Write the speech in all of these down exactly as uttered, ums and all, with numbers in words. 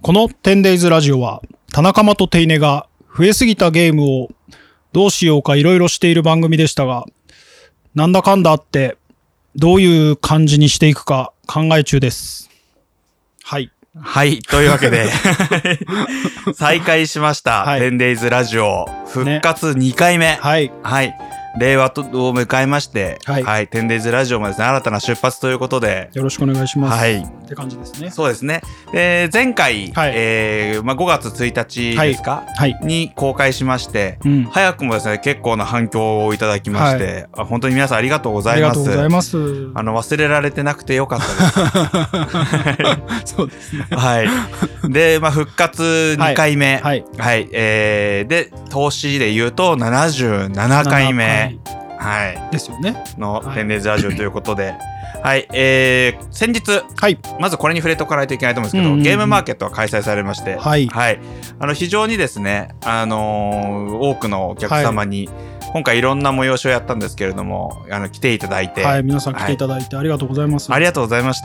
この テンデイズ ラジオは田中間と手稲が増えすぎたゲームをどうしようかいろいろしている番組でしたが、なんだかんだあってどういう感じにしていくか考え中です。はいはいというわけで再開しました、はい、テンデイズ ラジオ復活にかいめ、ね、 はい、 はい、令和を迎えまして、 はいはい、 テンデイズ ラジオもですね新たな出発ということでよろしくお願いします、 はい、 って感じですね。 そうですね。で前回、はい、えーまあ、ごがつついたちですか、はいはい、に公開しまして、うん、早くもですね結構な反響をいただきまして、はい、本当に皆さんありがとうございます。 ありがとうございます。 あの忘れられてなくてよかったです。 そうですね。 はい。で、まあ、復活にかいめ、はいはいはい、えー、で投資で言うとななじゅうななかいめ、はい、 ですよね。 のテンデイズ ラジオということで、はい、えー、先日、はい、まずこれに触れておかないといけないと思うんですけど、うんうんうん、ゲームマーケットが開催されまして、はいはい、あの非常にですね、あのー、多くのお客様に、はい、今回いろんな催しをやったんですけれども、あの来ていただいて、 はい、皆さん来ていただいてありがとうございます。 ありがとうございました。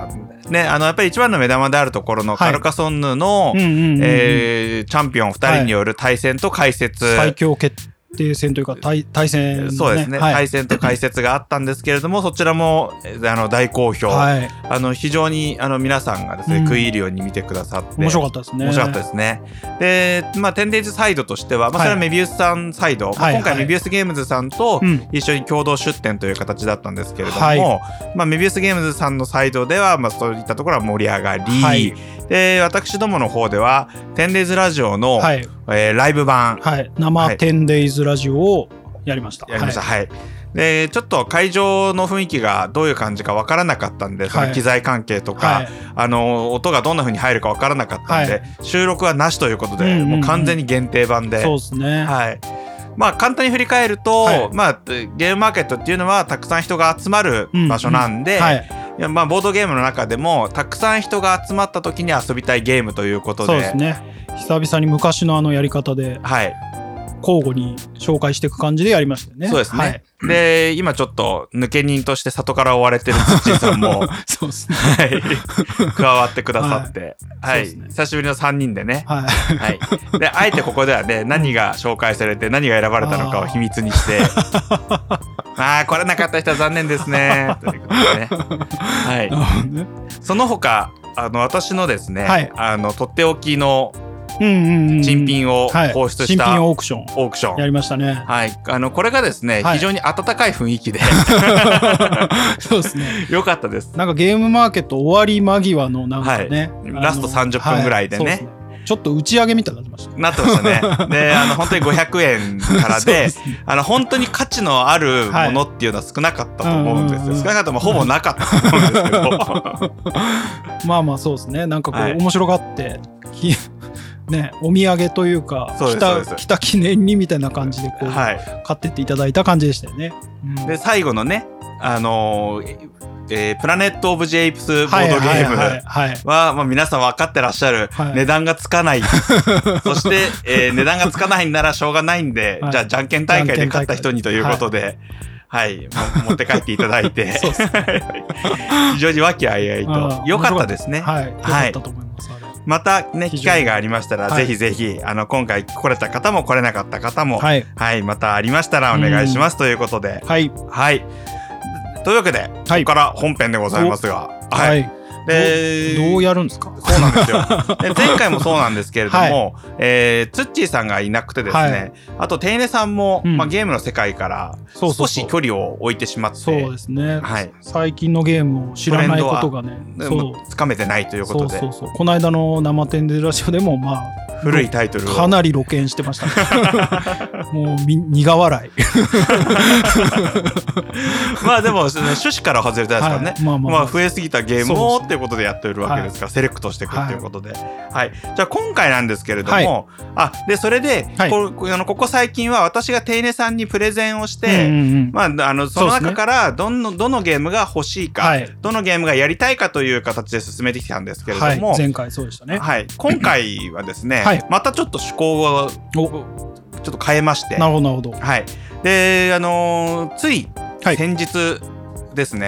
ね、あのやっぱり一番の目玉であるところのカルカソンヌの、はい、えー、チャンピオンふたりによる対戦と解説、はい、 最強決定対戦というか 対, 対戦、ね、 そうですね、はい、対戦と解説があったんですけれどもそちらもあの大好評、はい、あの非常にあの皆さんがですね、うん、食い入るように見てくださって面白かったですね。 面白かったですね。で、まあ、テンデイズサイドとしては、まあ、それはメビウスさんサイド、はいまあ、今回メビウスゲームズさんと一緒に共同出展という形だったんですけれども、はいまあ、メビウスゲームズさんのサイドでは、まあ、そういったところは盛り上がり、はいで私どもの方ではテンデイズラジオの、はいえー、ライブ版、 はい、生テンデイズラジオをやりました。 やりました。はい。はい、でちょっと会場の雰囲気がどういう感じか分からなかったんで、その機材関係とか、はい、あの音がどんな風に入るか分からなかったんで、はい、収録はなしということで、うんうんうん、もう完全に限定版で、 そうですね。 はい。まあ簡単に振り返ると、はい、まあゲームマーケットっていうのはたくさん人が集まる場所なんで。うんうんはいいやまあボードゲームの中でもたくさん人が集まった時に遊びたいゲームということで、 そうですね。久々に昔のあのやり方で、はい、交互に紹介していく感じでやりましたよね。 そうですね。はい、で今ちょっと抜け人として里から追われてる土井さんもそうですね。 はい、加わってくださって、はい、はいね、久しぶりのさんにんでね、はいはい、であえてここではね何が紹介されて何が選ばれたのかを秘密にしてああ来れなかった人は残念ですねということでね、はい、ね、その他あの私のですね、はい、あのとっておきの珍品を放出した、 はい、新品オークションオークションやりましたね。 はい、あのこれがですね、はい、非常に温かい雰囲気でそうですね。 良かったです。 なんかゲームマーケット終わり間際のなんかね、 はい、ラストさんじゅっぷんぐらいでね、はいちょっと打ち上げみたいになってました。 なってましたね。で、あの本当にごひゃくえんからで、でね、あの本当に価値のあるものっていうのは少なかったと思うんですよ。少なかったもほぼなかったと思うんですけど。 まあまあそうですね。なんかこう、はい、面白がってね、お土産というか来た、来た記念にみたいな感じでこう、はい、買ってっていただいた感じでしたよね。うん、で最後のね、あのーえー、プラネットオブジェイプスボードゲームは、まあ、皆さん分かってらっしゃる、はい、値段がつかないそして、えー、値段がつかないんならしょうがないんで、はい、じゃあじゃんけん大会で勝った人にということで、はい、はい、持って帰っていただいて非常に和気あいあいと良かったですね。 はい、良かったと思います。はい、 またね機会がありましたら、はい、ぜひぜひあの今回来れた方も来れなかった方も、はいはい、またありましたらお願いしますということで、はい、はい、というわけで、はい、ここから本編でございますが、はい、 で ど, どうやるんですか。 そうなんですよで前回もそうなんですけれども、はいえー、ツッチーさんがいなくてですね、はい、あとテイネさんも、うんまあ、ゲームの世界から少し距離を置いてしまって、 そうですね、はい、最近のゲームを知らないことがねつかめてないということで、 そうそうそうこの間の生テンデラジオでもまあ古いタイトルをかなり露見してましたねもう苦笑いまあでも趣旨から外れたやつからね、はいまあまあまあ、まあ増えすぎたゲームをっていうことでやっているわけですから、はい、セレクトしていくっていうことで、はいはい、じゃあ今回なんですけれども、はい、あでそれで、はい、こ, あのここ最近は私がテイネさんにプレゼンをして、うんうんうんまあ、あのその中からどの、どのゲームが欲しいか、はい、どのゲームがやりたいかという形で進めてきたんですけれども、 はい、前回そうでしたね、 はい、今回はですね、はい、またちょっと趣向をちょっと変えまして、 なるほどなるほど、 はい、であのー、つい先日ですね、はい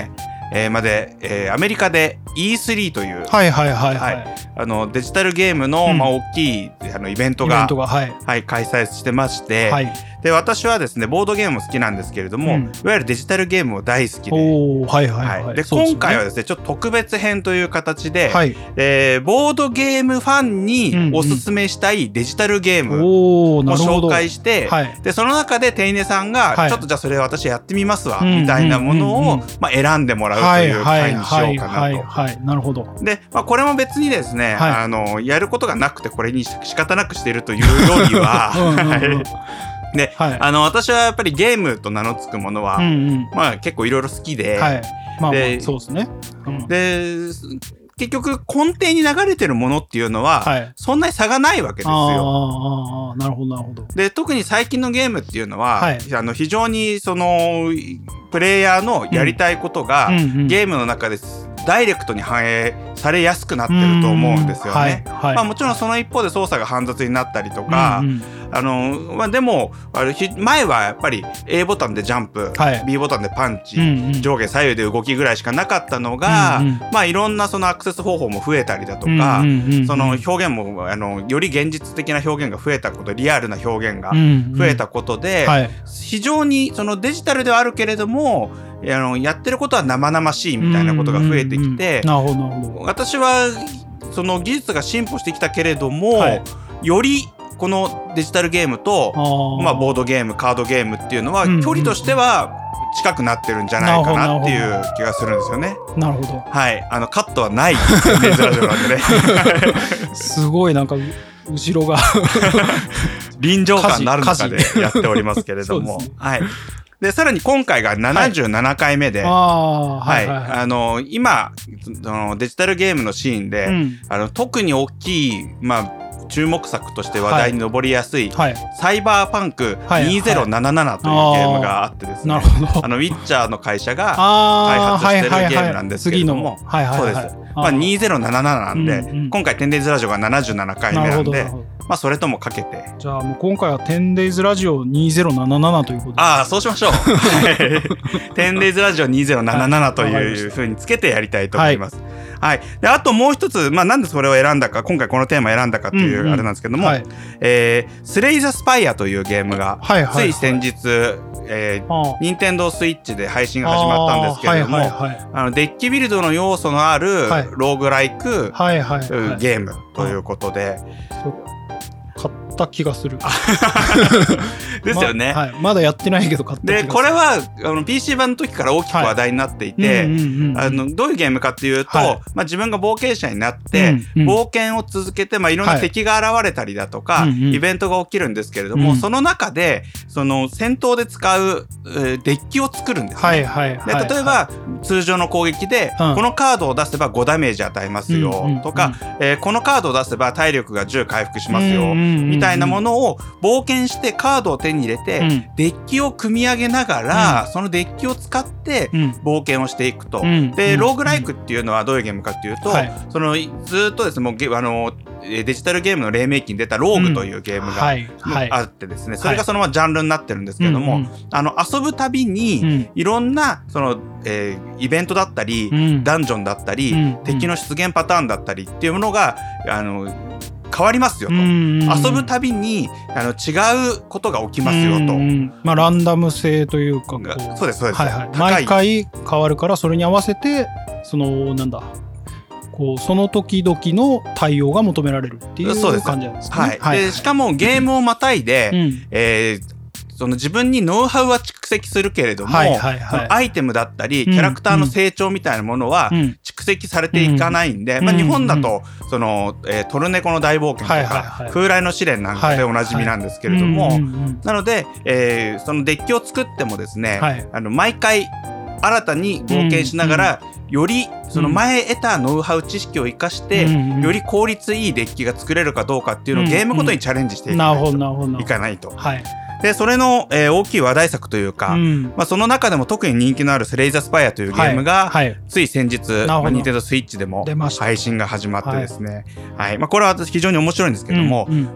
えー、まで、えー、アメリカで イースリー という、 はいはいはいはい、 はい、あのデジタルゲームの、うん、まあ、大きいあのイベントが、 はいはい、開催してまして、 はい、 で私はですねボードゲームも好きなんですけれども、うん、いわゆるデジタルゲームも大好きで、 おはいはいはいはい、 で今回はですねちょっと特別編という形で、はい、えー、ボードゲームファンにおすすめしたいデジタルゲームを紹介して、はい、でその中でテイネさんが、はい、ちょっとじゃあそれ私やってみますわ、うん、みたいなものを、うんうんうん、まあ、選んでもらうという回にしようかなと。 はいはいはいはい、なるほど。 で、まあ、これも別にですね、はい、あのやることがなくてこれに仕方なくしているというよりはで、はい、あの私はやっぱりゲームと名の付くものは、うんうん、まあ、結構いろいろ好きで、はい、 まあ、まあ、そうですね、うん、 で結局根底に流れてるものっていうのは、はい、そんなに差がないわけですよ。 ああ、なるほどなるほど。 で特に最近のゲームっていうのは、はい、あの非常にそのプレイヤーのやりたいことが、うんうんうん、ゲームの中でダイレクトに反映されやすくなってると思うんですよね。はいはい、まあ、もちろんその一方で操作が煩雑になったりとか、うんうん、あのまあ、でもあれ前はやっぱり A ボタンでジャンプ、はい、B ボタンでパンチ、うんうん、上下左右で動きぐらいしかなかったのが、うんうん、まあ、いろんなそのアクセス方法も増えたりだとか、うんうんうん、その表現もあのより現実的な表現が増えたこと、リアルな表現が増えたことで、うんうん、はい、非常にそのデジタルではあるけれどもあのやってることは生々しいみたいなことが増えてきて、私はその技術が進歩してきたけれども、はい、よりこのデジタルゲームとまあ、ボードゲームカードゲームっていうのは距離としては近くなってるんじゃないかなっていう気がするんですよね。 なるほど。 はい、あのカットはない珍しいなんでねすごいなんか後ろが臨場感のある中でやっておりますけれども、ね、はい。でさらに今回がななじゅうななかいめで、はい、はいはいはい、あの今そのデジタルゲームのシーンで、うん、あの特に大きい、まあ、注目作として話題に上りやすい、はい、サイバーパンクにせんななじゅうななというゲームがあってですね、はいはい、あのウィッチャーの会社が開発してるゲームなんですけれども、そうです。まあ、にせんななじゅうなななんで、うんうん、今回 テンデイズ ラジオがななじゅうななかいめなんで、まあ、それともかけてじゃあもう今回は テンデイズ ラジオにせんななじゅうななということで、 ああそうしましょうテンデイズ ラジオにせんななじゅうななというふうにつけてやりたいと思います。はい、はい、であともう一つ、まあ、なんでそれを選んだか、今回このテーマを選んだかというあれなんですけども、うんうん、はい、えー、スレイザスパイアというゲームが、はいはいはい、つい先日、えー、任天堂スイッチで配信が始まったんですけれども、あ、はいはいはい、あのデッキビルドの要素のあるローグライク、はいはいはい、ゲームということで、 買った気がするですよね、 ま、はい、まだやってないけど買った気がする。 でこれはあの ピーシー 版の時から大きく話題になっていて、あのどういうゲームかっていうと、はい、まあ、自分が冒険者になって、うんうん、冒険を続けて、まあ、いろんな敵が現れたりだとか、はい、イベントが起きるんですけれども、うん、その中でその戦闘で使う、えー、デッキを作るんですね、はいはいはいはい、で例えば、はい、通常の攻撃で、うん、このカードを出せばごダメージ与えますよ、うん、とか、うん、えー、このカードを出せば体力がじゅう回復しますよ、うん、みたいなものを冒険してカードを手に入れて、うん、デッキを組み上げながら、うん、そのデッキを使って冒険をしていくと、うん、で、うん、ローグライクっていうのはどういうゲームかっていうと、はい、そのずっとですね、もうあのデジタルゲームの黎明期に出たローグというゲームがあってですね、それがそのままジャンルになってるんですけども、はい、あの遊ぶたびにいろんなその、えー、イベントだったり、うん、ダンジョンだったり、うん、敵の出現パターンだったりっていうものがあの変わりますよと、遊ぶたびにあの違うことが起きますよと、 まあ、ランダム性というかこう、 そうですそうです、 はいはい、毎回変わるからそれに合わせてそのなんだこうその時々の対応が求められるっていう感じなんですね。 はいはい、でしかもゲームをまたいで、うん、えーその自分にノウハウは蓄積するけれども、はいはいはい、アイテムだったりキャラクターの成長みたいなものは蓄積されていかないんで、うん、まあ、日本だとその、えー、トルネコの大冒険とか、はいはいはい、風来の試練なんかでおなじみなんですけれども、なので、えー、そのデッキを作ってもですね、はい、あの毎回新たに冒険しながら、うんうん、よりその前得たノウハウ知識を生かして、うん、より効率いいデッキが作れるかどうかっていうのをゲームごとにチャレンジしていかないといかないと。はい、でそれの、えー、大きい話題作というか、うん、まあ、その中でも特に人気のあるスレイザースパイアというゲームが、はいはい、つい先日、まあ、ニンテンドースイッチでも配信が始まってですね、はいはい、まあ、これは非常に面白いんですけども、うんうん、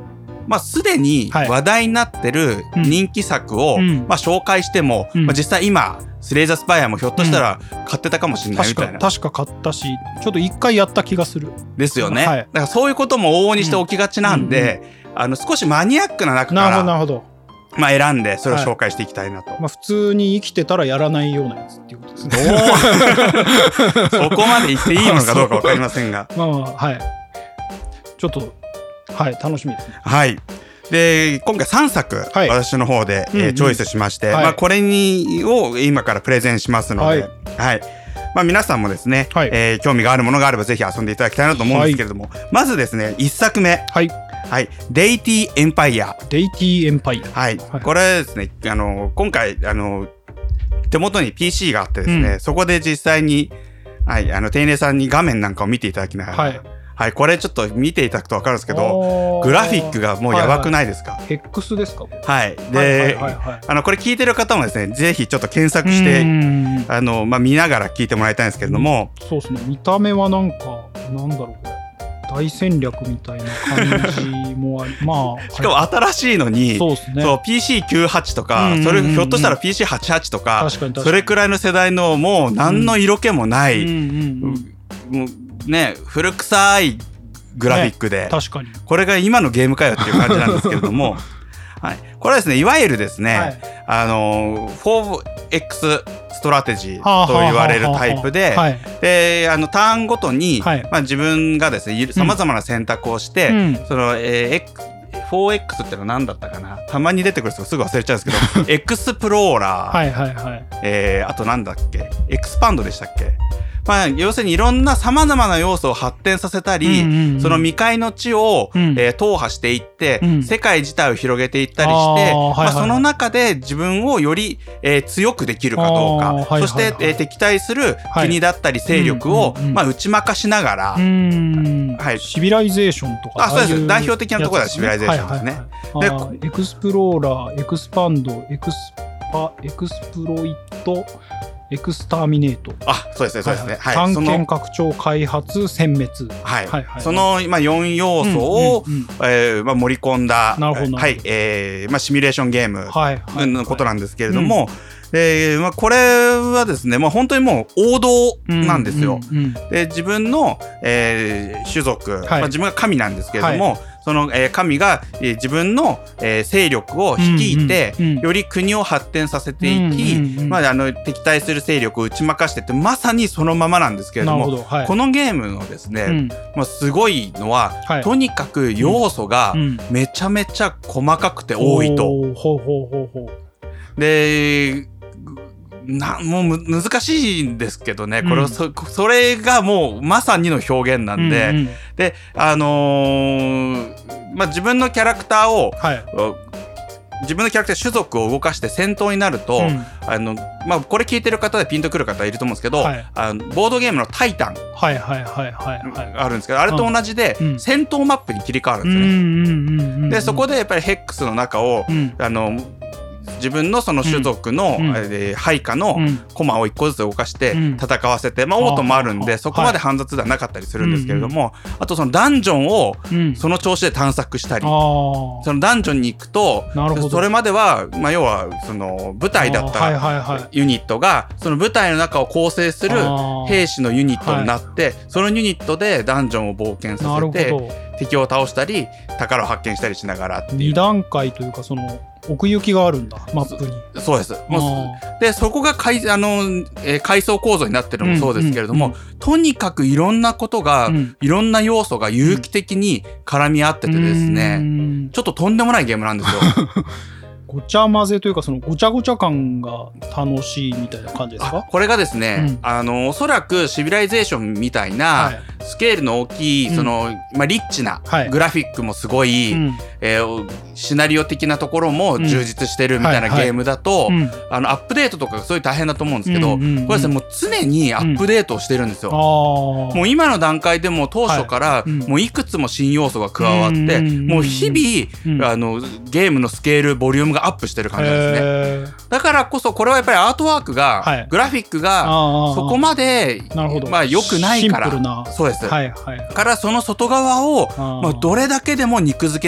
まあ、すでに話題になってる人気作を、 はいうんまあ、紹介しても、 うんまあ、実際今スレイザースパイアもひょっとしたら買ってたかもしれないみたいな、 確か確か買ったしちょっと一回やった気がするですよね、 はい、 だからそういうことも往々にして起きがちなんで、うん、あの少しマニアックな中からなるほどまあ、選んでそれを紹介していきたいなと、 はいまあ、普通に生きてたらやらないようなやつっていうことですねそこまで言っていいものかどうか分かりませんがまあまあはいちょっとはい楽しみですね。はいで今回さんさく、はい、私の方で、えーうんうん、チョイスしまして、はいまあ、これにを今からプレゼンしますので、はいはいまあ、皆さんもですね、はいえー、興味があるものがあればぜひ遊んでいただきたいなと思うんですけれども、はい、まずですねいっさくめ、はいはい、デイティエンパイアデイティエンパイア、 はい、はい、これですねあの今回あの手元に ピーシー があってですね、うん、そこで実際に、はい、あの丁寧さんに画面なんかを見ていただきながら、はいはい、これちょっと見ていただくと分かるんですけどグラフィックがもうやばくないですか、 はいはい、X ですかはいで、はいはいはいはい、あのこれ聞いてる方もですねぜひちょっと検索してあの、まあ、見ながら聞いてもらいたいんですけれども、 うん、そうですね見た目はなんかなんだろうこれ大戦略みたいな感じもありまあしかも新しいのにそうですねそう ピーシーきゅうじゅうはち とか、うんうんうん、それひょっとしたら ピーシーはちじゅうはち とかそれくらいの世代のもう何の色気もない、うんうんうん、もうね古臭いグラフィックで、ね、 確かにこれが今のゲームかよっていう感じなんですけれどもはい、これはですねいわゆるですね、はい、あの フォーエックス ストラテジーと言われるタイプで、はい、であのターンごとに、はいまあ、自分がですねさまざまな選択をして、うん、その、えー、フォーエックス ってのは何だったかなたまに出てくるんですけどすぐ忘れちゃうんですけどエクスプローラー、はいはいはいえー、あとなんだっけエクスパンドでしたっけまあ、要するにいろんなさまざまな要素を発展させたり、うんうんうん、その未開の地を、うんえー、踏破していって、うん、世界自体を広げていったりして、あ、まあ、その中で自分をより、えー、強くできるかどうか、はいはいはい、そして、えー、敵対する国だったり勢力を、はいまあ、打ち負かしながら、 うんはい、シビライゼーションとかあそうです代表的なところはシビライゼーションですね。 はいはいはい、でエクスプローラーエクスパンドエクスパエクスプロイトエクスターミネートあそうですねそうですね、はいはい、探検拡張開発殲滅、 はいはいはい、その今よん要素を、うんうんうんえーまあ、盛り込んだなるほどはいえーまあ、シミュレーションゲームのことなんですけれども、はいはいはいでまあ、これはですね、まあ、本当にもう王道なんですよ、うんうんうん、で自分の、えー、種族、はいまあ、自分が神なんですけれども、はいその、えー、神が、えー、自分の、えー、勢力を率いて、うんうんうん、より国を発展させていき、うんうんうんまあ、あの敵対する勢力を打ち負かしてってまさにそのままなんですけれどもど、はい、 このゲームのですね、うんまあ、すごいのは、はい、とにかく要素がめちゃめちゃ細かくて多いと。 ほうほうほうほうでなもうむ難しいんですけどねこれ、うん、そ, それがもうまさにの表現なんで、うんうん、であのーまあ、自分のキャラクターを、はい、自分のキャラクター種族を動かして戦闘になると、うん、あのまあ、これ聞いてる方でピンとくる方いると思うんですけど、はい、あのボードゲームのタイタンあるんですけどあれと同じで、うん、戦闘マップに切り替わるんですよね、うんうんうんうん、でそこでやっぱりヘックスの中を、うん、あの自分のその種族の、うんえー、配下のコマを一個ずつ動かして戦わせて、うんまあ、オートもあるんでそこまで煩雑ではなかったりするんですけれども、はい、あとそのダンジョンをその調子で探索したり、うん、そのダンジョンに行くとそれまでは、まあ、要はその部隊だったユニットがその部隊の中を構成する兵士のユニットになって、はい、そのユニットでダンジョンを冒険させて敵を倒したり宝を発見したりしながらっていうに段階というかその奥行きがあるんだマップに。 そうです。でそこが階あの、えー、階層構造になってるのもそうですけれども、うんうんうん、とにかくいろんなことが、うん、いろんな要素が有機的に絡み合っててですね、うん、ちょっととんでもないゲームなんですよ。 ごちゃ混ぜというかそのごちゃごちゃ感が楽しいみたいな感じですか？ これがですね、うん、あのおそらくシビライゼーションみたいな、はい、スケールの大きい、うんそのまあ、リッチなグラフィックもすごい、はいえー、シナリオ的なところも充実してるみたいなゲームだと、うんはいはい、あのアップデートとかがすごい大変だと思うんですけど、うんうんうん、これですねもう常にアップデートをしてるんですよ、うん、もう今の段階でも当初から、はい、もういくつも新要素が加わって、うん、もう日々、うん、あのゲームのスケールボリュームがアップしてる感じなんですね。だからこそこれはやっぱりアートワークが、はい、グラフィックがそこまでまあ良くないからシンプルなそうです、 はいはい、 からその外側をまあどれだけでも肉付けできるっ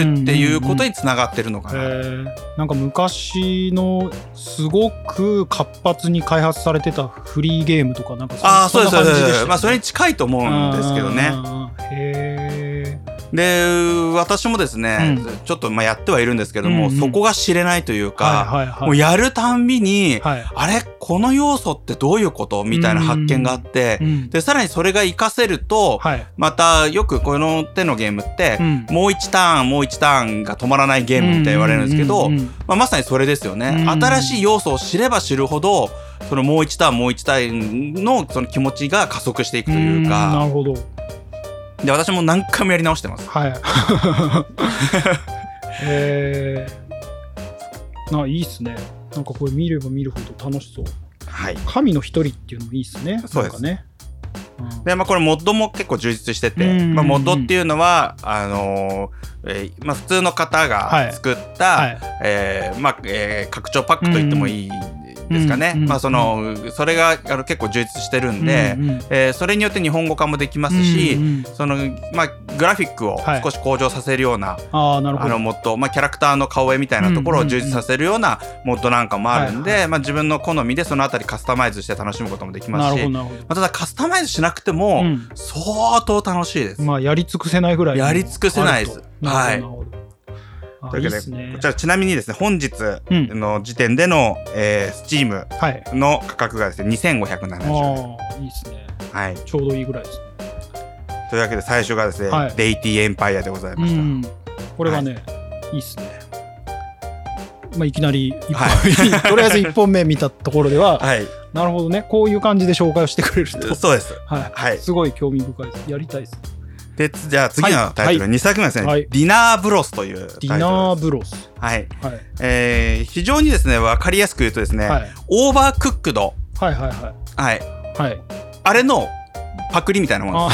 るっていうことにつながってるのかな、 うんうんうん、なんか昔のすごく活発に開発されてたフリーゲームとかなんか そ, あそうですそんな感じでした、ね、 まあ、それに近いと思うんですけどね。 へー。 で私もですね、うん、ちょっとまあやってはいるんですけども、うんうん、そこが知れないというか、はいはいはい、もうやるたんびに、はい、あれこの要素ってどういうことみたいな発見があって、うんうん、でさらにそれが活かせると、はい、またよくこの手のゲームって、うん、もういちターンもういちターンが止まらないゲームって言われるんですけど、うんうんうんまあ、まさにそれですよね、うんうん、新しい要素を知れば知るほどそのもういちターンもういちターンのその気持ちが加速していくというか、 うんなるほど。 で私も何回もやり直してます。 はい。えー、ないいっすね。なんかこれ見れば見るほど楽しそう。 はい。 神の一人っていうのもいいっすね。 そうですね。 うん、でまあこれモッドも結構充実してて、まあ、モッドっていうのはあのーえーまあ、普通の方が作った、はいはいえーまあえー、拡張パックと言ってもいい。ですかね、うんうんまあ、そのそれがあの結構充実してるんで、うんうんえー、それによって日本語化もできますし、うんうん、そのまあ、グラフィックを少し向上させるような、はい、あ, なるほどあのモッド、まあ、キャラクターの顔絵みたいなところを充実させるようなモッドなんかもあるんで、はいはいまあ、自分の好みでそのあたりカスタマイズして楽しむこともできますし、まあ、ただカスタマイズしなくても相当楽しいです、 まあ、やり尽くせないぐらいやり尽くせないです。はいというわけで、 いいっすね、 こちらちなみにですね本日の時点での、うんえー、Steam の価格がですねにせんごひゃくななじゅうえん、 あいいですね、はい、ちょうどいいぐらいですね。 というわけで最初がですね、はい、デイティエンパイアでございました、うん、 これがね、はい、いいっすね。まあ、いきなり一本、はい、とりあえずいっぽんめ見たところでは、はい、なるほどねこういう感じで紹介をしてくれるとそうです、 はいはい、すごい興味深いです。やりたいです。 でじゃあ次のタイトル、はい、にさくめですね、はい、ディナーブロスというタイトルです。 ディナーブロス、 はいはいえー、非常にですね分かりやすく言うとですね、はい、オーバークックド、 はいはいはいはいはい、 あれのパクリみたいなもん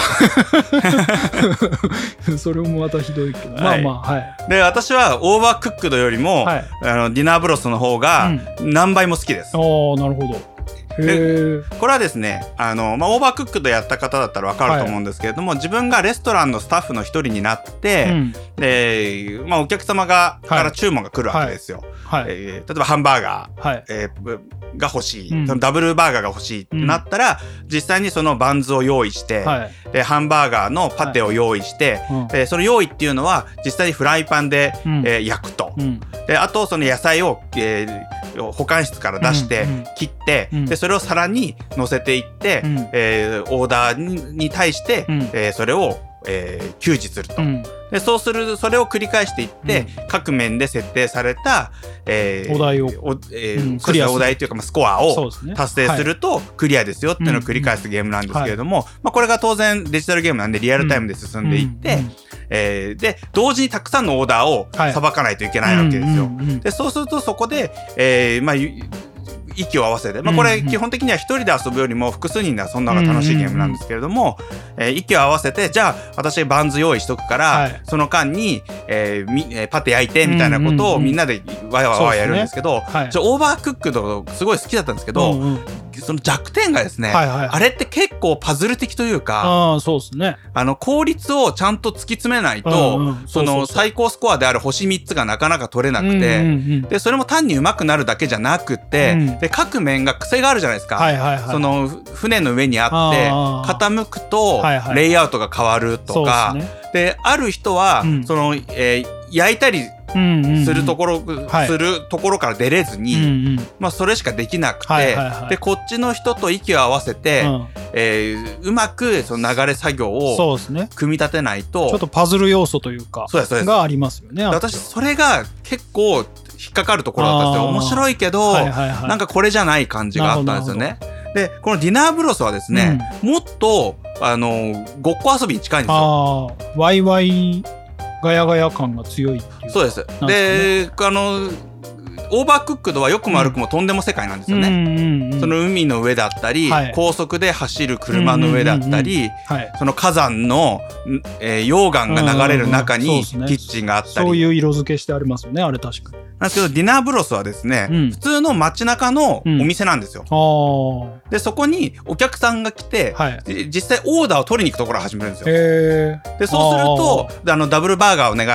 ですそれもまたひどいけど、はい、まあまあはいで私はオーバークックドよりも、はい、あのディナーブロスの方が何倍も好きです、 うん、ああなるほど。 でこれはですねあの、まあ、オーバークックドやった方だったら分かると思うんですけれども、はい、自分がレストランのスタッフの一人になって、うん、でまあ、お客様が、はい、から注文が来るわけですよ、はいえー、例えばハンバーガー、はいえー、が欲しい、うん、そのダブルバーガーが欲しいってなったら、うん、実際にそのバンズを用意して、はい、でハンバーガーのパテを用意して、はい、でその用意っていうのは実際にフライパンで、うんえー、焼くと、うん、であとその野菜を、えー、保管室から出して切って、うんうん、でそれを皿に乗せていって、うんえー、オーダー に, に対して、うんえー、それを、えー、給仕すると、うん、でそうするそれを繰り返していって、うん、各面で設定された、えー、 お題を、 えーうん、クリアお題というか、まあ、スコアを達成するとクリアですよっていうのを繰り返すゲームなんですけれども、うんうんまあ、これが当然デジタルゲームなんでリアルタイムで進んでいって、うんうんえー、で同時にたくさんのオーダーをさばかないといけないわけですよ、はいうんうんうん、でそうするとそこで、えーまあ息を合わせて、まあ、これ基本的には一人で遊ぶよりも複数人で遊んだ方が楽しいゲームなんですけれども、えー、息を合わせてじゃあ私バンズ用意しとくから、はい、その間に、えーみえー、パテ焼いてみたいなことをみんなでわやわわやるんですけど、はい、オーバークックドすごい好きだったんですけど、うんうんその弱点がですね、はいはい、あれって結構パズル的というか、 あそうですね、 あの効率をちゃんと突き詰めないと、うんうん、その最高スコアである星みっつがなかなか取れなくて、うんうんうん、でそれも単に上手くなるだけじゃなくて、うん、で各面が癖があるじゃないですか、はいはいはい、その船の上にあって傾くとレイアウトが変わるとか、はいはい、である人は、うん、その、えー、焼いたりするところ、うんうんうん、するところから出れずに、はいまあ、それしかできなくて、はいはいはい、でこっちの人と息を合わせて、うんえー、うまくその流れ作業を組み立てないと、 ね、ちょっとパズル要素というかがありますよね。 私それが結構引っかかるところだったんですよ。面白いけど、はいはいはい、なんかこれじゃない感じがあったんですよね。でこのディナーブロスはですね、うん、もっとあのごっこ遊びに近いんですよ。 あワイワイガヤガヤ感が強いっていう。 そうです。で、あのオーバークックドは良くも悪くもとんでも世界なんですよね、うんうんうん、その海の上だったり、はい、高速で走る車の上だったり、うんうんうんはい、その火山の、えー、溶岩が流れる中にキッチンがあったり、 そうそういう色付けしてありますよね、あれ確かに。 なんですけどディナーブロスはですね、うん、普通の街中のお店なんですよ、うん、でそこにお客さんが来て、はい、実際オーダーを取りに行くところから始めるんですよ。へでそうするとあのダブルバーガーお願い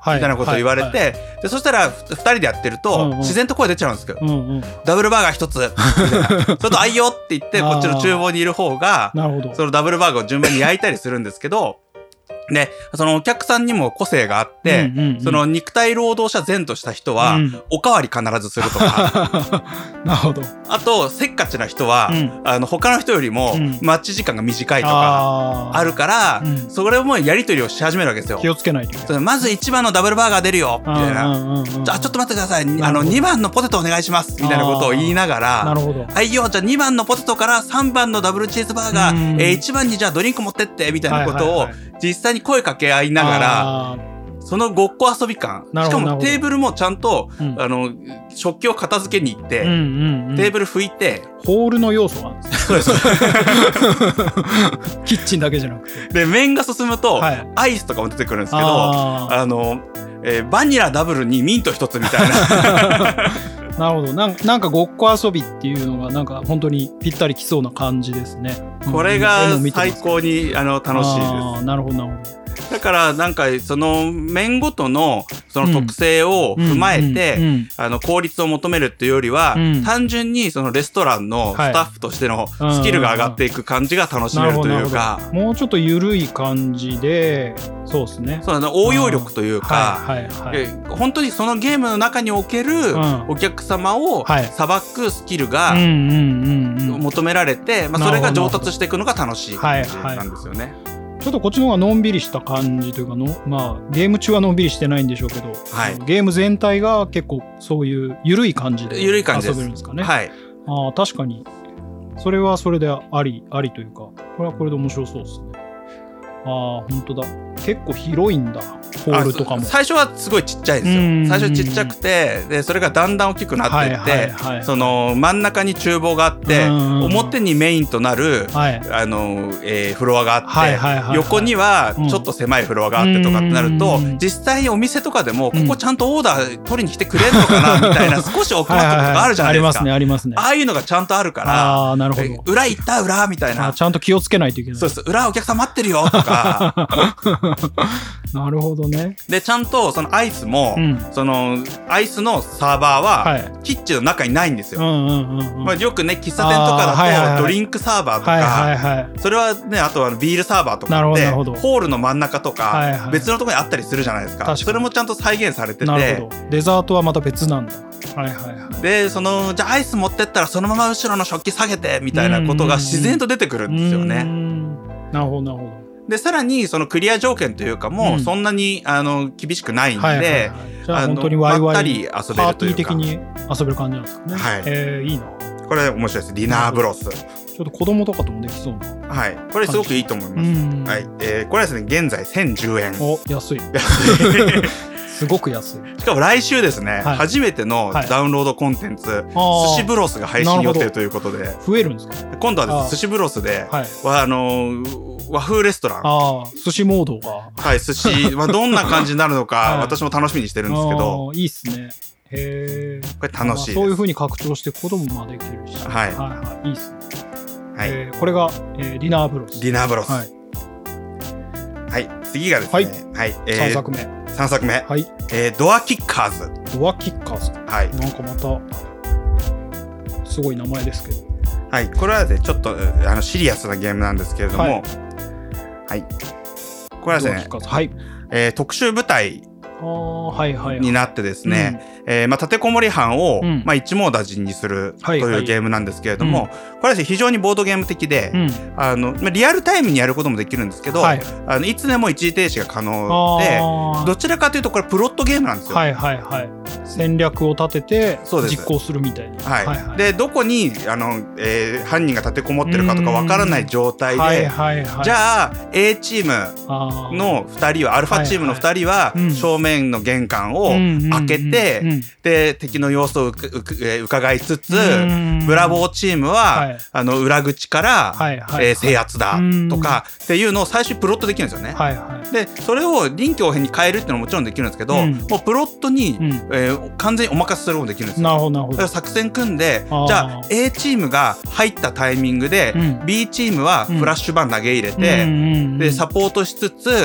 みたいなことを言われて、はいはいはい、でそしたらふたりでやってると、うんうん、自然と声出ちゃうんですけど、うんうん、ダブルバーガー一つみたいなちょっとあいよって言ってこっちの厨房にいる方がそのダブルバーガーを順番に焼いたりするんですけどで、そのお客さんにも個性があって、うんうんうん、その肉体労働者前とした人は、うん、おかわり必ずするとか。 なるほど。 あと、せっかちな人は、うん、あの、他の人よりも、うん、待ち時間が短いとか、あるから、うん、それもやり取りをし始めるわけですよ。 気をつけないといけない。 まずいちばんのダブルバーガー出るよ、みたいな。じゃあ、ちょっと待ってください。あの、にばんのポテトお願いします。みたいなことを言いながら、 なるほど。 はいよ、じゃあにばんのポテトからさんばんのダブルチーズバーガー、えー、いちばんにじゃあドリンク持ってって、みたいなことを、はいはいはい、実際に声かけ合いながらそのごっこ遊び感しかもテーブルもちゃんと、うん、あの食器を片付けに行って、うんうんうん、テーブル拭いてホールの要素があるんですね。そうですキッチンだけじゃなくてで麺が進むと、はい、アイスとかも出てくるんですけどああの、えー、バニラダブルにミント一つみたいななるほどな ん, なんかごっこ遊びっていうのがなんか本当にぴったりきそうな感じですね。 これが最高にあの楽しいです。 あなるほどなるほど。 だからなんかその麺ごとのその特性を踏まえてあの効率を求めるっていうよりは、うん、単純にそのレストランのスタッフとしてのスキルが上がっていく感じが楽しめるというか、 もうちょっと緩い感じでそうですね。 そうだね、応用力というか、はいはいはい、本当にそのゲームの中におけるお客様をさばくスキルが求められて、まあ、それが上達していくのが楽しい感じなんですよね。 ちょっとこっちの方がのんびりした感じというかの、まあ、ゲーム中はのんびりしてないんでしょうけど、はい、ゲーム全体が結構そういう緩い感じで遊べるんですかね。 はい、 あ確かにそれはそれでありありというかこれはこれで面白そうですね。あ本当だ結構広いんだホールとかも。 最初はすごいちっちゃいですよ。最初ちっちゃくてでそれがだんだん大きくなっていって、はいはいはい、その真ん中に厨房があって表にメインとなる、はい、あのえー、フロアがあって、はいはいはいはい、横にはちょっと狭いフロアがあってとかってなると、うん、実際にお店とかでもここちゃんとオーダー取りに来てくれるのかなみたいな少し奥まったことがあるじゃないですか。はいはいはい、ありますねありますね。ああいうのがちゃんとあるからあなるほど裏行った裏みたいなちゃんと気をつけないといけない。 そうです裏お客さん待ってるよとかなるほどね。 でちゃんとそのアイスも、うん、そのアイスのサーバーはキッチンの中にないんですよ。うんうんうんうんまあ、よくね喫茶店とかだと、はいはいはい、ドリンクサーバーとか、はいはいはい、それはねあとはビールサーバーとかってホールの真ん中とか、はいはい、別のところにあったりするじゃないですか。かそれもちゃんと再現されててなるほどデザートはまた別なんだ。はいはいはい、 でそのじゃあアイス持ってったらそのまま後ろの食器下げてみたいなことが自然と出てくるんですよね。 なるほどなるほど。 でさらにそのクリア条件というかもそんなに、うん、あの厳しくないんで、はいはいはい、 じゃあ本当にワイワイまったり遊べるというかパーティー的に遊べる感じなんですかね。はい、えー、いいな。 これ面白いです。ディナーブロス。 ちょっと子供とかともできそうな。 はい。これすごくいいと思います。はい。えー、これはですね現在せんじゅうえん。 お安い。すごく安い。 しかも来週ですね、はい、初めてのダウンロードコンテンツ、はい、寿司ブロスが配信予定ということで増えるんですか。 今度はです、ね、寿司ブロスで、はい、あの和風レストランあ寿司モードがはい寿司、まあ、どんな感じになるのか、はい、私も楽しみにしてるんですけどいいっすね。へこれ楽しいです。 そういう風に拡張して子供もできるし、 はいはいはい、いいっすね。 はい、 えー、これが、えー、ディナーブロス。 ディナーブロス。 はい。 はい、次がですね。はい。はいえー、 さんさくめ。 さんさくめ。 はい。 えー、ドアキッカーズ。 ドアキッカーズ。 はい。 なんかまたすごい名前ですけど。 はい。これはですね、ちょっとあのシリアスなゲームなんですけれども、はい。はい、これはですね、 はい。 えー、特殊部隊。 あはいはいはい、 になってですね、うんえーまあ、立てこもり犯を、うんまあ、一網打尽にするというゲームなんですけれども、はいはいうん、これはですね非常にボードゲーム的で、うんあのまあ、リアルタイムにやることもできるんですけど、はい、あのいつでも一時停止が可能でどちらかというとこれプロットゲームなんですよ。 はいはいはい、戦略を立てて実行するみたいな。 はいはいはい、でどこにあの、えー、犯人が立てこもってるかとかわからない状態で、はいはいはい、じゃあ A チームのふたりはアルファチームのふたりは正面の玄関を開けて、うんうんうん、で敵の様子をうくうく、えー、伺いつつ、うんうん、ブラボーチームは、はい、あの裏口から、はいはいえー、制圧だとかっていうのを最初にプロットできるんですよね。はいはい、でそれを臨機応変に変えるっていうのももちろんできるんですけど、うん、もうプロットに、うんえー、完全にお任せすることもできるんですよ。 なるほどなるほど。 だから作戦組んでじゃあ A チームが入ったタイミングで、うん、B チームはフラッシュバン投げ入れて、うん、でサポートしつつ、はい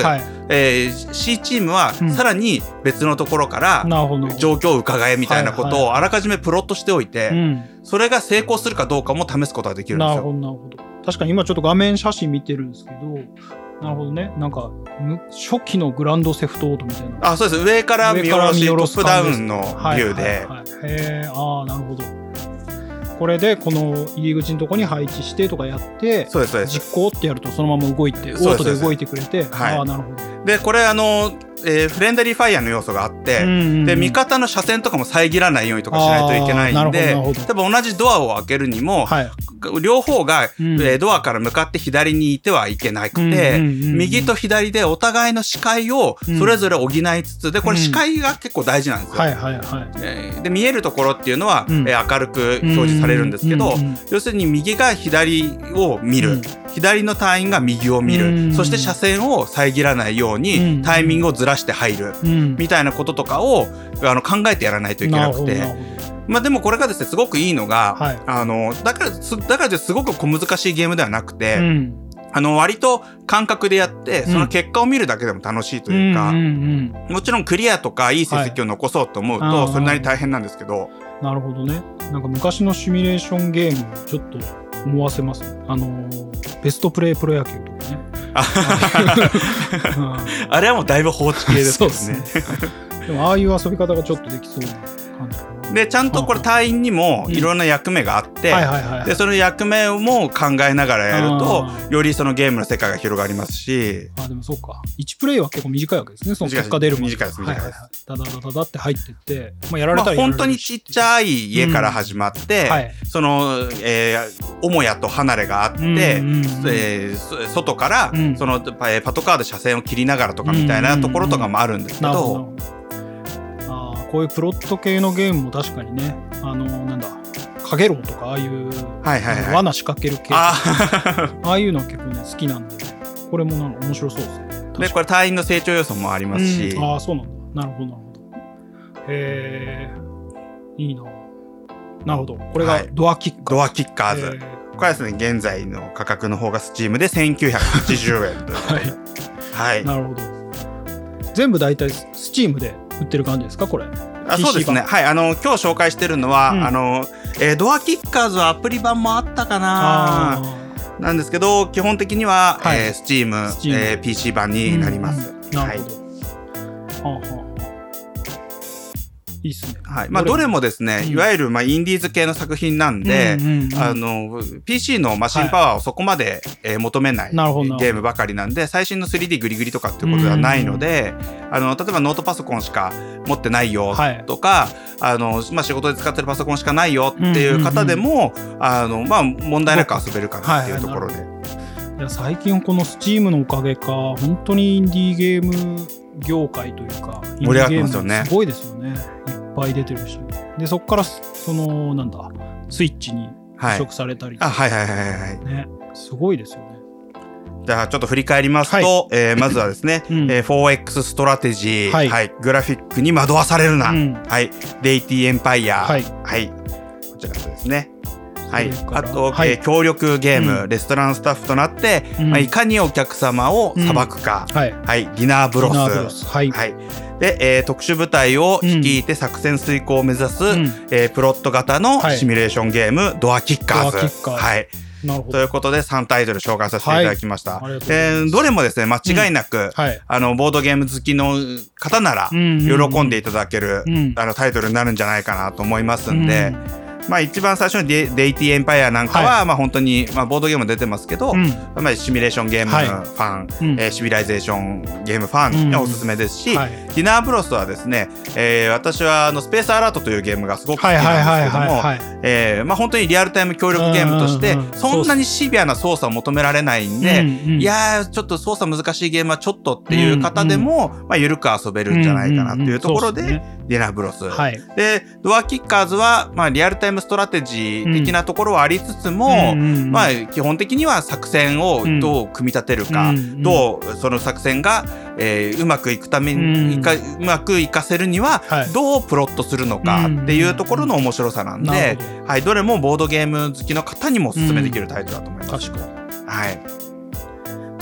えー、C チームはさらに別のところから状況を伺えみたいなことをあらかじめプロットしておいて、はいはい、それが成功するかどうかも試すことができるんですよ。 なるほどなるほど。確かに今ちょっと画面写真見てるんですけど、なるほどね。なんか初期のグランドセフトオートみたいな。 あ、そうです。上から見下ろしトップダウンのビューで。はいはいはい、 へー、あー、なるほど。これでこの入り口のとこに配置してとかやって、 そうですそうです。 実行ってやるとそのまま動いて、オートで動いてくれて、 はい、 ああなるほど。 でこれあの、えー、フレンダリーファイヤーの要素があって、うんうんうん、で味方の車線とかも遮らないようにとかしないといけないんで、例えば同じドアを開けるにも、はい、両方が、うんえー、ドアから向かって左にいてはいけなくて、うんうんうん、右と左でお互いの視界をそれぞれ補いつつ、でこれ視界が結構大事なんですよ。はいはいはいえー、で見えるところっていうのは、うんえー、明るく表示されるんですけど、うんうんうん、要するに右が左を見る、うん、左の隊員が右を見る、うん、そして車線を遮らないようにタイミングをずらして入る、うん、みたいなこととかをあの考えてやらないといけなくて、まあでもこれがですねすごくいいのが、はい、あのだからだからすごく小難しいゲームではなくて、うん、あの割と感覚でやってその結果を見るだけでも楽しいというか、うんうんうん、もちろんクリアとかいい成績を残そうと思うと、はい、それなりに大変なんですけど。 なるほどね。なんか昔のシミュレーションゲームちょっと思わせます。あのベストプレイプロ野球とかね。 あれはもうだいぶ放置系ですけどね。そうですね。 でもああいう遊び方がちょっとできそうな感じかな。 でちゃんとこれ隊員にもいろんな役目があって、うんはいはいはい、でその役目も考えながらやるとよりそのゲームの世界が広がりますし。 あでもそうか。いちプレイは結構短いわけですね。その結果出るまで。 短いです短いです。はいはいはい、 ダダダダダって入ってって、まあ、やられたらやられるし、 まあ、本当にちっちゃい家から始まって、うんはい、その、えー、母屋と離れがあって、うんうんうんえー、外から、うん、そのパトカーで車線を切りながらとかみたいなところとかもあるんですけど。うんうんうんこういうプロット系のゲームも確かにね、あのー、なんだ、かげろうとかああいう、はいはいはい、罠仕掛ける系とか、あ, ああいうのは結構ね好きなんで、これもなんか面白そうですね。 でこれ隊員の成長要素もありますし、 うん、ああそうなんだ。なるほどなるほど。へえ、いいな。なるほど。これがドアキッカーズ。 ドアキッカーズ。これはですね現在の価格の方がスチームでせんきゅうひゃくはちじゅうえんということで、はい、はい。 なるほど。全部だいたいスチームで売ってる感じですかこれ。 あそうですね。はい。あの今日紹介してるのは、うん、あの、えー、ドアキッカーズはアプリ版もあったかな。なんですけど基本的には、はいえー、Steam、えー、ピーシー 版になります。 うん、なるほど。はい、はあはあ。いいっすね。 はい。まあどれもですね、うん、いわゆるまあインディーズ系の作品なんで、うんうんうん、あの ピーシー のマシンパワーをそこまで、はいえー、求めないゲームばかりなんで、最新の スリーディー グリグリとかっていうことではないので、うんうん、あの例えばノートパソコンしか持ってないよとか、はい、あのまあ仕事で使ってるパソコンしかないよっていう方でも、うんうんうん、あのまあ問題なく遊べるかなっていうところで。はいはい、 いや最近この Steam のおかげか本当にインディーゲーム業界というか盛り上がってますよね。 すごいですよね。いっぱい出てるし、でそこからそのなんだスイッチに移植されたりとか、 はい、あはいはいはいはいね、すごいですよね。 じゃあちょっと振り返りますと、はいえー、まずはですね、うんえー、フォーエックス ストラテジー、はいはい、グラフィックに惑わされるな、うんはい、デイティエンパイア、はいはい、こちらですね。はい、あと、はいえー、協力ゲーム、うん、レストランスタッフとなって、うんまあ、いかにお客様を裁くか、うんはいはい、ディナーブロス、ブロスはいはいでえー、特殊部隊を率いて作戦遂行を目指す、うんえー、プロット型のシミュレーションゲーム、はい、ドアキッカーズ。はいなるほどということでさんタイトル紹介させていただきました。はいえー、どれもですね間違いなく、うんはい、あのボードゲーム好きの方なら喜んでいただける、うんうん、あのタイトルになるんじゃないかなと思いますんで、うんまあ、一番最初にデイティエンパイアなんかは、はいまあ、本当に、まあ、ボードゲーム出てますけど、うんまあ、シミュレーションゲームファン、はいえー、シビライゼーションゲームファンにはおすすめですし、うんはい、ディナーブロスはですね、えー、私はあのスペースアラートというゲームがすごく好きなんですけども本当にリアルタイム協力ゲームとしてそんなにシビアな操作を求められないんで、うんうん、いやーちょっと操作難しいゲームはちょっとっていう方でも、うんうんまあ、緩く遊べるんじゃないかなというところで、うんうんうんね、ディナーブロス、はい、でドアキッカーズは、まあ、リアルタイムストラテジー的なところはありつつも、うんまあ、基本的には作戦をどう組み立てるか、うん、どうその作戦が、えー、うまくいくために、うん、うまくいかせるにはどうプロットするのかっていうところの面白さなんで、うんはい、どれもボードゲーム好きの方にもおすすめできるタイトルだと思います。 確かに、 はい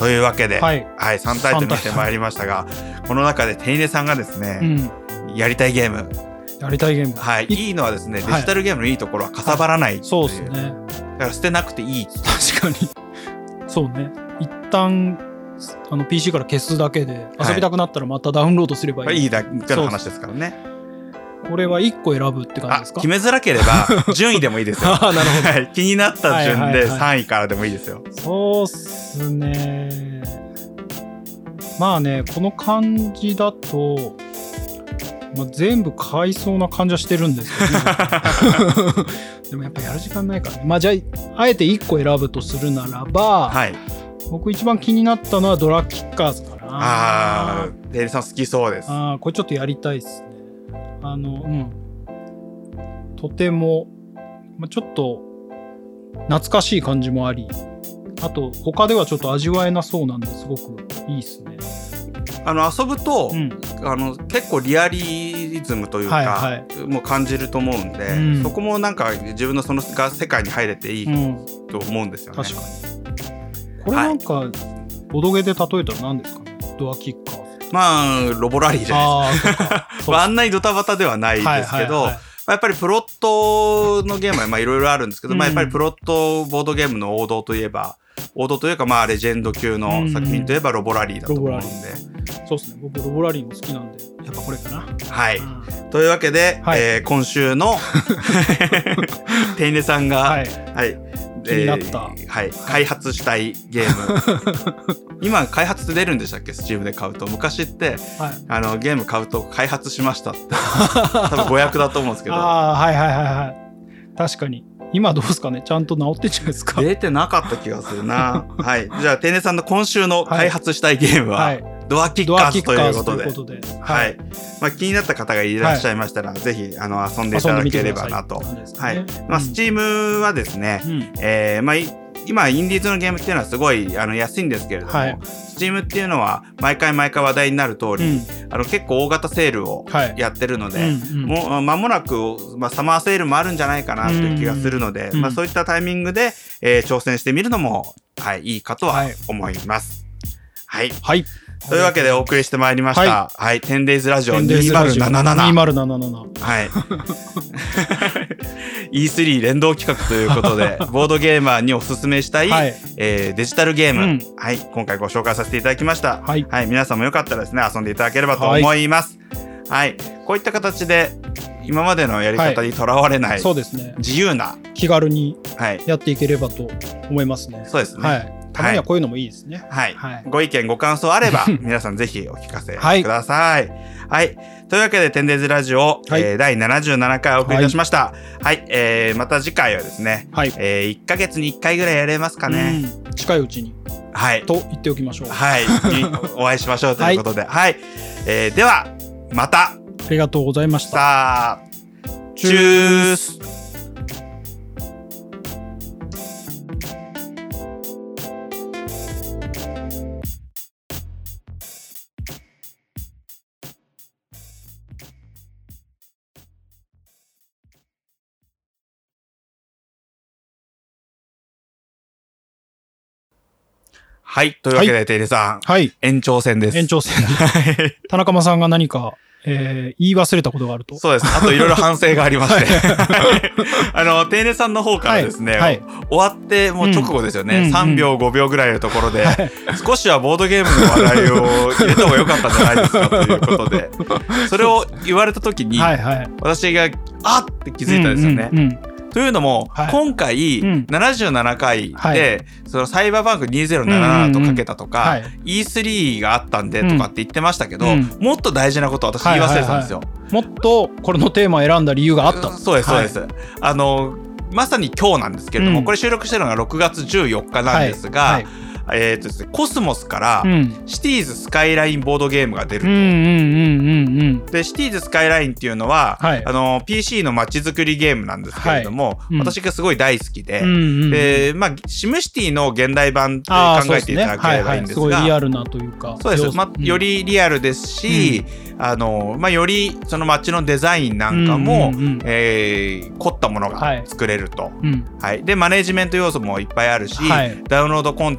というわけで、 はいはい、さんタイトル見てまいりましたが、この中で手稲さんがですね、うん、やりたいゲームやりたいゲーム、 はい、いいのはですね、デジタルゲームのいいところはかさばらないっていう、 はいはい、そうですね。 だから捨てなくていい。 確かにそうね。一旦あの ピーシー から消すだけで、遊びたくなったらまたダウンロードすればいい、はい、 いいだけの話ですからね。 これはいっこ選ぶって感じですか？ 決めづらければ順位でもいいですよ。 あ、なるほど、はい、 気になった順でさんいからでもいいですよ。はいはいはい、 そうっすね。まあね、この感じだと、まあ、全部買いそうな感じはしてるんですけど、ね、でもやっぱやる時間ないからね。まあじゃああえていっこ選ぶとするならば、はい、僕一番気になったのはドラキッカーズかな。 ああ、デイリさん好きそうです。 ああ、これちょっとやりたいですね。あの、うん。とても、まあ、ちょっと懐かしい感じもあり、あと他ではちょっと味わえなそうなんですごくいいですね。 あの遊ぶと、うん、あの結構リアリズムというか、はいはい、もう感じると思うんで、うん、そこもなんか自分のその世界に入れていいと思うんですよね。うん、確かに。これなんか、はい、ボドゲで例えたら何ですかね。ドアキッカー。 まあロボラリーじゃないですか。あ, あんなにドタバタではないですけど、はいはいはい、やっぱりプロットのゲームはいろいろあるんですけど、うん、まあ、やっぱりプロットボードゲームの王道といえば王道というか、まあレジェンド級の作品といえばロボラリーだと思うんで、 そうですね。僕ロボラリーも好きなんでやっぱこれかな。 はい、うん、というわけで、はい、えー、今週のテイネさんが、はいはい、 気になった、 えーはい、開発したいゲーム今開発って出るんでしたっけ？ Steam で買うと。昔って、はい、あのゲーム買うと開発しましたって多分誤訳だと思うんですけどあ、はいはいはいはい、確かに今どうですかね。ちゃんと直ってんじゃないですか。 出てなかった気がするなはい、じゃあテイネさんの今週の開発したいゲームは、はい、ドアキッカーズということで、ことで、はい、まあ、気になった方がいらっしゃいましたら、はい、ぜひあの遊んでいただければなと。はい、まあ、Steam はですね、うん、えー、まあ今インディーズのゲームっていうのはすごいあの安いんですけれども、はい、Steam っていうのは毎回毎回話題になる通り、うん、あの結構大型セールをやってるので、はい、うんうん、もう間もなく、まあ、サマーセールもあるんじゃないかなという気がするので、うんうん、まあ、そういったタイミングで、えー、挑戦してみるのも、はい、いいかとは思います。はい、はいはい、というわけでお送りしてまいりました、はい、はい、テンデイズ ラジオにせんななじゅうなな にせんななじゅうなな、はいイースリー 連動企画ということでボードゲーマーにおすすめしたい、はい、えー、デジタルゲーム、うん、はい、今回ご紹介させていただきました、はいはい、皆さんもよかったらですね遊んでいただければと思います、はいはい、こういった形で今までのやり方にとらわれない、はい、そうですね、自由な気軽にやっていければと思いますね。 そうですね、はい、 たまにはこういうのもいいですね。 はい。はい、ご意見ご感想あれば皆さんぜひお聞かせください。はい。はい、というわけでテンデイズラジオ、はい、えー、だいななじゅうななかいお送りいたしました。はい。はい、えー、また次回はですね、はい、えー、いっかげつにいっかいぐらいやれますかね。 うん、近いうちに。はい。と言っておきましょう。 はい。お会いしましょうということで。はい。はい、えー、ではまた。ありがとうございました。 さあ、チュース。はい。というわけで、テイネさん。はい。延長戦です。 延長戦。田中間さんが何か、えー、言い忘れたことがあると。 そうです。あといろいろ反省がありまして。あの、テイネさんの方からですね、はいはい、終わってもう直後ですよね、うんうん、さんびょうごびょうぐらいのところで、はい、少しはボードゲームの話題を入れた方が良かったんじゃないですかということで、それを言われた時に、はいはい、私が、あっって気づいたんですよね。うんうんうん、というのも、はい、今回、うん、ななじゅうななかいで、はい、そのサイバーバンクにせんななじゅうななとかけたとか、うんうんうん、はい、イースリー があったんでとかって言ってましたけど、うん、もっと大事なことを私言い忘れてたんですよ。はいはいはい、もっとこれのテーマを選んだ理由があった。 そうですそうです。はい、あのまさに今日なんですけれども、うん、これ収録してるのがろくがつじゅうよっかなんですが、はいはい、えーとですね、コスモスから、うん、シティーズスカイラインボードゲームが出ると、うんうんうんうん、でシティーズスカイラインっていうのは、はい、あの ピーシー の街づくりゲームなんですけれども、はい、うん、私がすごい大好きで、うんうんうん、で、まあ、シムシティの現代版って考えていただければいいんですが、 すごいリアルなというか、 そうです、まあ、よりリアルですし、うん、あのまあ、よりその街のデザインなんかも、うんうんうん、えー、凝ったものが作れると、はい、はい、でマネジメント要素もいっぱいあるし、はい、ダウンロードコンテンツで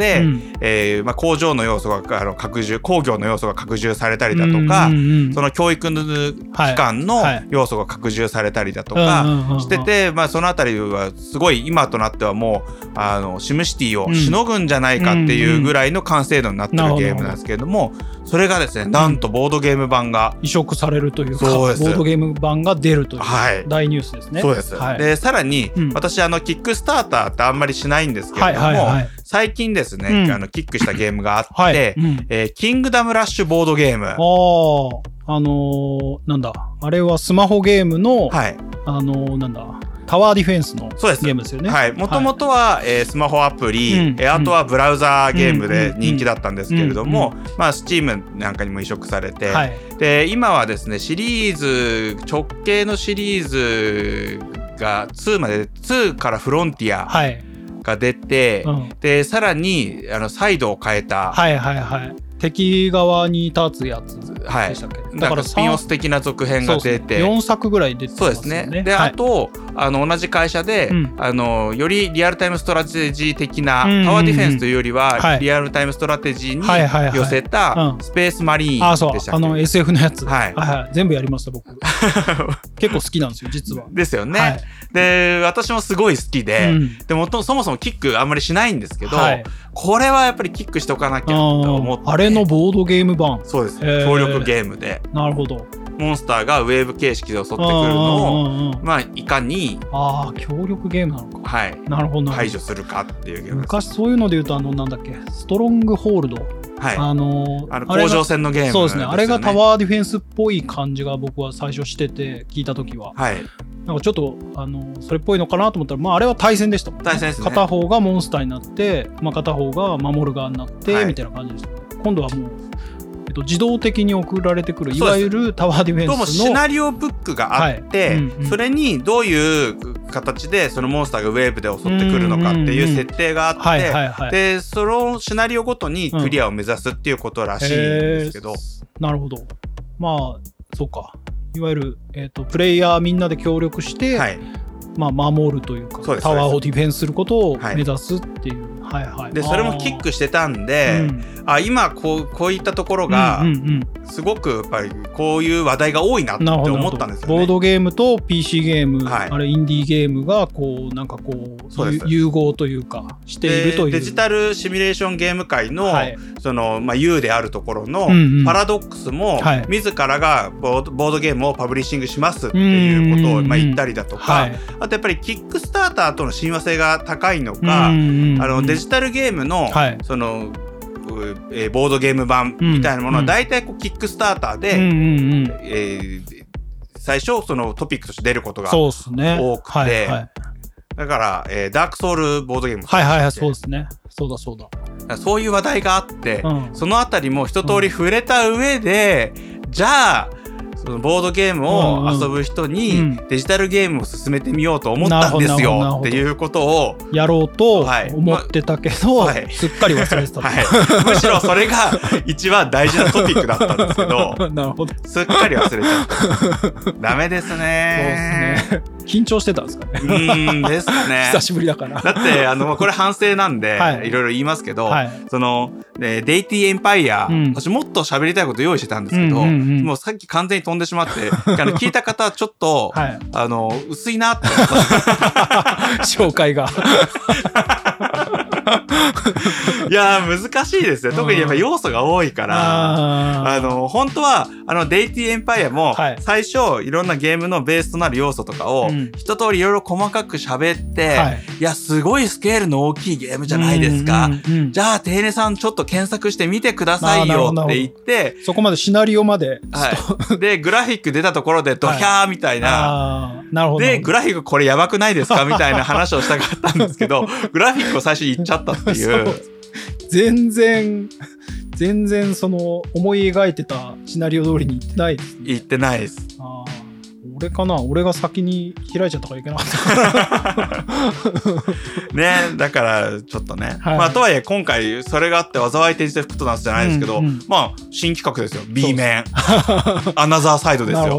で、 うんえーまあ、工場の要素があの拡充工業の要素が拡充されたりだとか、 うんうんうん、 その教育の機関の要素が拡充されたりだとかしてて、まあ、そのあたりはすごい今となってはもうあのシムシティをしのぐんじゃないかっていうぐらいの完成度になってるゲームなんですけれども、それがですね、なんとボードゲーム版が移植されるというか、ボードゲーム版が出るという大ニュースですね。 そうです、はい、でさらに、うん、私あのキックスターターってあんまりしないんですけれども、はいはいはい、最近ですね、うん、あのキックしたゲームがあって、はい、うん、えー、キングダムラッシュボードゲーム。ああ、あのー、なんだあれはスマホゲームの、はい、あのー、なんだタワーディフェンスのゲームですよね。 はい、もともとは、はい、えー、スマホアプリ、うん、えー、あとはブラウザーゲームで人気だったんですけれども、うんうん、まあ Steam なんかにも移植されて、はい、で今はですねシリーズ直系のシリーズがにまでにからフロンティアが出て、はい、うん、でさらにあのサイドを変えた、 はいはいはい、敵側に立つやつでしたっけ、 はい、だからスピンオフ的な続編が出て、 よんさくぐらい出てますよね。 そうですね。で、はい、あとあの同じ会社で、うん、あのよりリアルタイムストラテジー的な、うんうんうん、タワーディフェンスというよりは、はい、リアルタイムストラテジーに寄せたスペースマリーンでしたっけ、 あ、そう、あの エスエフ のやつ、はいはいはい、全部やりました僕結構好きなんですよ実は。 ですよね、はい、で私もすごい好きで、うん、でもそもそもキックあんまりしないんですけど、はい、これはやっぱりキックしておかなきゃと思って、 あ, あれのボードゲーム版。 そうです、協力ゲームで。 なるほど。 モンスターがウェーブ形式で襲ってくるのを、まあ、いかにああ協力ゲームなのか、 はい、 なるほど排除するかっていうゲームです。 昔そういうので言うとあのなんだっけストロングホールド、 はい、 あのあの甲状腺のゲームですよね。 そうですね。あれがタワーディフェンスっぽい感じが僕は最初してて聞いた時は、 はい、 なんかちょっとあのそれっぽいのかなと思ったら、まあ、あれは対戦でしたもんね。 対戦ですね。 片方がモンスターになって、まあ、片方が守る側になって、はい、みたいな感じでした。今度はもう自動的に送られてくるいわゆるタワーディフェンスのどうもシナリオブックがあって、はい、うんうん、それにどういう形でそのモンスターがウェーブで襲ってくるのかっていう設定があって、でそのシナリオごとにクリアを目指すっていうことらしいんですけど、うん、 なるほど。まあそうか、いわゆる、えーと、プレイヤーみんなで協力して、はい、まあ、守るというかタワーをディフェンスすることを目指すっていう、はいはいはい、 でそれもキックしてたんで、うん、あ今こう、こういったところがすごくやっぱりこういう話題が多いなって思ったんですよね。 ボードゲームと ピーシー ゲーム、はい、あれインディーゲームがこうなんかこう融合というかしているというデジタルシミュレーションゲーム界の、はい、そのまあ U であるところのパラドックスも、うんうん、自らがボード、ボードゲームをパブリッシングしますっていうことをまあ言ったりだとか、はい、あとやっぱりキックスターターとの親和性が高いのか、うんうんうん、あのデジタルゲームの、はい、そのえー、ボードゲーム版みたいなものは大体こうキックスターターで、うんうんうん、えー、最初そのトピックとして出ることが多くて、ね、はいはい、だから、えー、ダークソウルボードゲームもはいはいはい、そうですね、そうだそうだ、 そういう話題があって、うん、そのあたりも一通り触れた上で、うん、じゃあそのボードゲームを遊ぶ人にデジタルゲームを進めてみようと思ったんですよっていうことをやろうと思ってたけど、はい、すっかり忘れてた、 はい、むしろそれが一番大事なトピックだったんですけどなるほど、 すっかり忘れちゃったダメですね。 そうですね、緊張してたんですかね。 うんですね久しぶりだからだってあのこれ反省なんで、はい、いろいろ言いますけど、はい、その、ね、デイティーエンパイア、うん、私もっと喋りたいこと用意してたんですけど、うんうんうん、もうさっき完全に飛んでしまってあの聞いた方はちょっと、はい、あの薄いなって思った紹介がいや難しいですね。特にやっぱ要素が多いから、あの本当はあのデイティーエンパイアも最初いろんなゲームのベースとなる要素とかを一通りいろいろ細かく喋って、はい、いやすごいスケールの大きいゲームじゃないですか、うんうんうん、じゃあテイネさんちょっと検索してみてくださいよって言ってそこまでシナリオまで、 はい、でグラフィック出たところでドヒャーみたいな、はい、なるほどでグラフィックこれやばくないですかみたいな話をしたかったんですけどグラフィックを最初言っちゃったっていう全然全然その思い描いてたシナリオ通りにいってないですね。 いってないです。 あ俺かな俺が先に開いちゃったからいけなかったからねだからちょっとね、はい、まあとはいえ今回それがあって災い転じて吹くとなすじゃないですけど、うんうん、まあ新企画ですよ B 面アナザーサイドですよ。なるほどなるほど。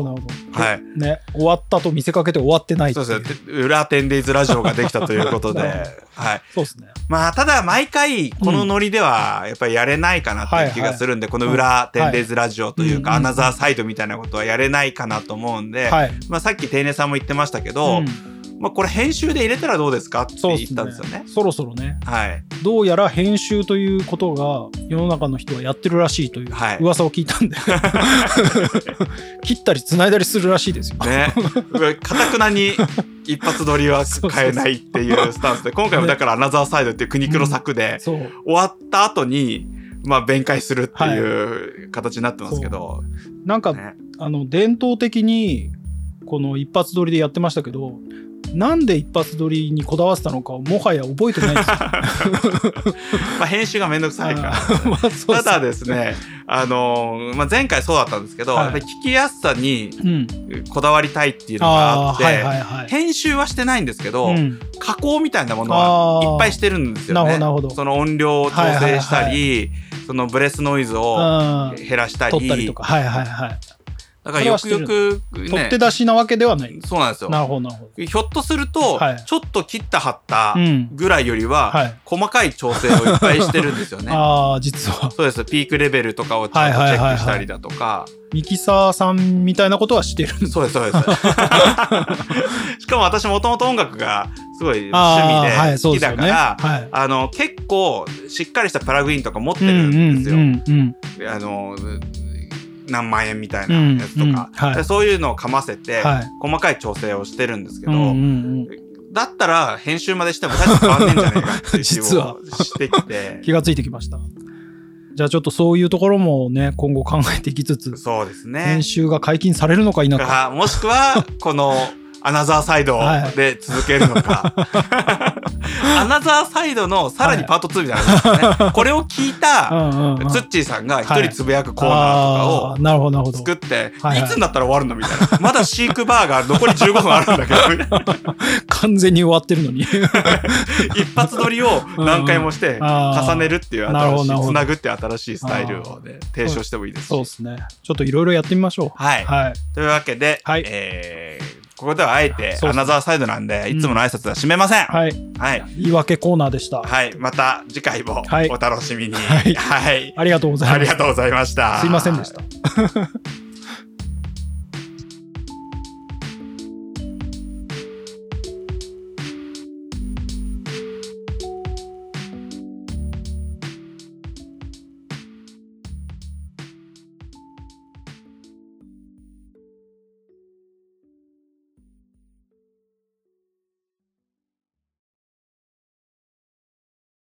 はい。 ね、終わったと見せかけて終わってないっていう。 そうですね。裏テンデイズラジオができたということで。はい。 そうですね。 まあ、ただ毎回このノリではやっぱりやれないかなっていう気がするんで、うん、この裏テンデイズラジオというか、はい、アナザーサイドみたいなことはやれないかなと思うんで、はい、まあさっきテイネさんも言ってましたけど、うん、まあこれ編集で入れたらどうですかって言ったんですよね。 そろそろね。 はい。 どうやら編集ということが世の中の人はやってるらしいという噂を聞いたんで、はい、切ったり繋いだりするらしいですよ。 ね。かたくなに一発撮りは変えないっていうスタンスで、今回もだからアナザーサイドっていう苦肉の策で、終わった後に、まあ弁解するっていう形になってますけど。 なんか、ね、あの、伝統的に、この一発撮りでやってましたけど、なんで一発撮りにこだわってたのかもはや覚えてないですよ。 まあ編集がめんどくさいから。まあ、ただですね、あのー、まあ、前回そうだったんですけど、はい、やっぱり聞きやすさにこだわりたいっていうのがあって、うんはいはいはい、編集はしてないんですけど、うん、加工みたいなものはいっぱいしてるんですよね。なるほど。その音量を調整したり、はいはいはい、そのブレスノイズを減らしたり。 撮ったりとか。はいはいはい。 だからよくよくね。 取って出しなわけではない。 そうなんですよ。 なるほどなるほど。 ひょっとすると、はい、ちょっと切った貼ったぐらいよりは、うんはい、細かい調整をいっぱいしてるんですよね。 ああ、実は。 そうです。ピークレベルとかをちゃんとチェックしたりだとか。はいはいはいはい、 ミキサーさんみたいなことはしてるんです。 そうです、そうです。しかも私もともと音楽がすごい趣味で好きだから、あ、はいねはい、あの、結構しっかりしたプラグインとか持ってるんですよ。うんうんうんうん、あの、何万円みたいなやつとか、うんうんはい、そういうのをかませて、はい、細かい調整をしてるんですけど、うんうんうん、だったら編集までしても大して変わんねえんじゃねえかっていう気をしてきて気がついてきました。じゃあちょっとそういうところもね今後考えていきつつ、 そうですね、 編集が解禁されるのか否か、 もしくはこのアナザーサイドで続けるのか、はい、アナザーサイドのさらにパートツーみたいなのですね、これを聞いたツッチーさんが一人つぶやくコーナーとかを作って、いつになったら終わるのみたいな、まだシークバーガー残りじゅうごふんあるんだけどみたいな完全に終わってるのに一発撮りを何回もして重ねるっていう新しい、つなぐっていう新しいスタイルをね提唱してもいいですし、 そうですね、ちょっといろいろやってみましょう。 はい、はい、というわけで、はい、えーここではあえてアナザーサイドなんで、いつもの挨拶は締めません。はい。はい。 言い訳コーナーでした。 はい。また次回もお楽しみに。はい。はい。 ありがとうございました。 ありがとうございました。 すいませんでした。